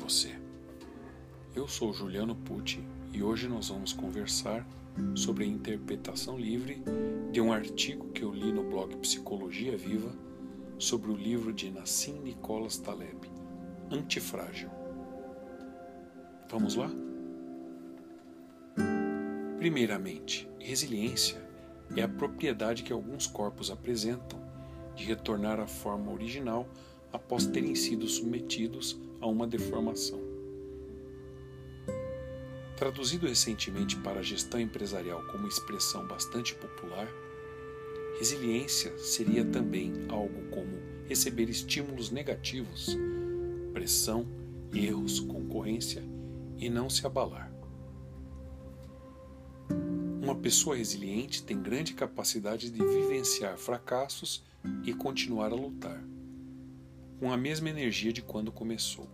você. Eu sou Juliano Pucci e hoje nós vamos conversar sobre a interpretação livre de um artigo que eu li no blog Psicologia Viva sobre o livro de Nassim Nicholas Taleb, Antifrágil. Vamos lá? Primeiramente, resiliência é a propriedade que alguns corpos apresentam de retornar à forma original após terem sido submetidos a uma deformação. Traduzido recentemente para a gestão empresarial como expressão bastante popular, resiliência seria também algo como receber estímulos negativos, pressão, erros, concorrência e não se abalar. Uma pessoa resiliente tem grande capacidade de vivenciar fracassos e continuar a lutar, com a mesma energia de quando começou.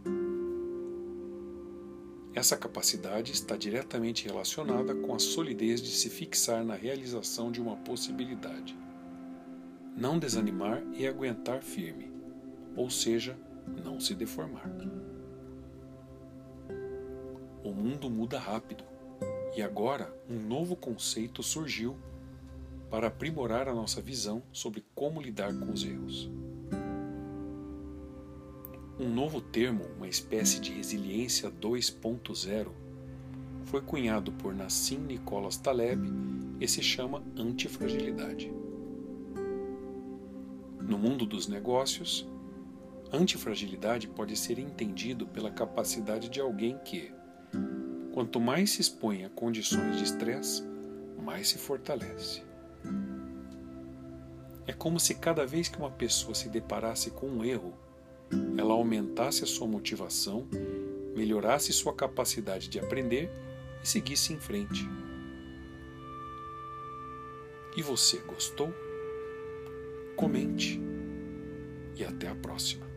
Essa capacidade está diretamente relacionada com a solidez de se fixar na realização de uma possibilidade, não desanimar e aguentar firme, ou seja, não se deformar. O mundo muda rápido e agora um novo conceito surgiu para aprimorar a nossa visão sobre como lidar com os erros. Um novo termo, uma espécie de resiliência 2.0, foi cunhado por Nassim Nicholas Taleb e se chama antifragilidade. No mundo dos negócios, antifragilidade pode ser entendido pela capacidade de alguém que, quanto mais se expõe a condições de estresse, mais se fortalece. É como se cada vez que uma pessoa se deparasse com um erro, ela aumentasse a sua motivação, melhorasse sua capacidade de aprender e seguisse em frente. E você gostou? Comente. E até a próxima.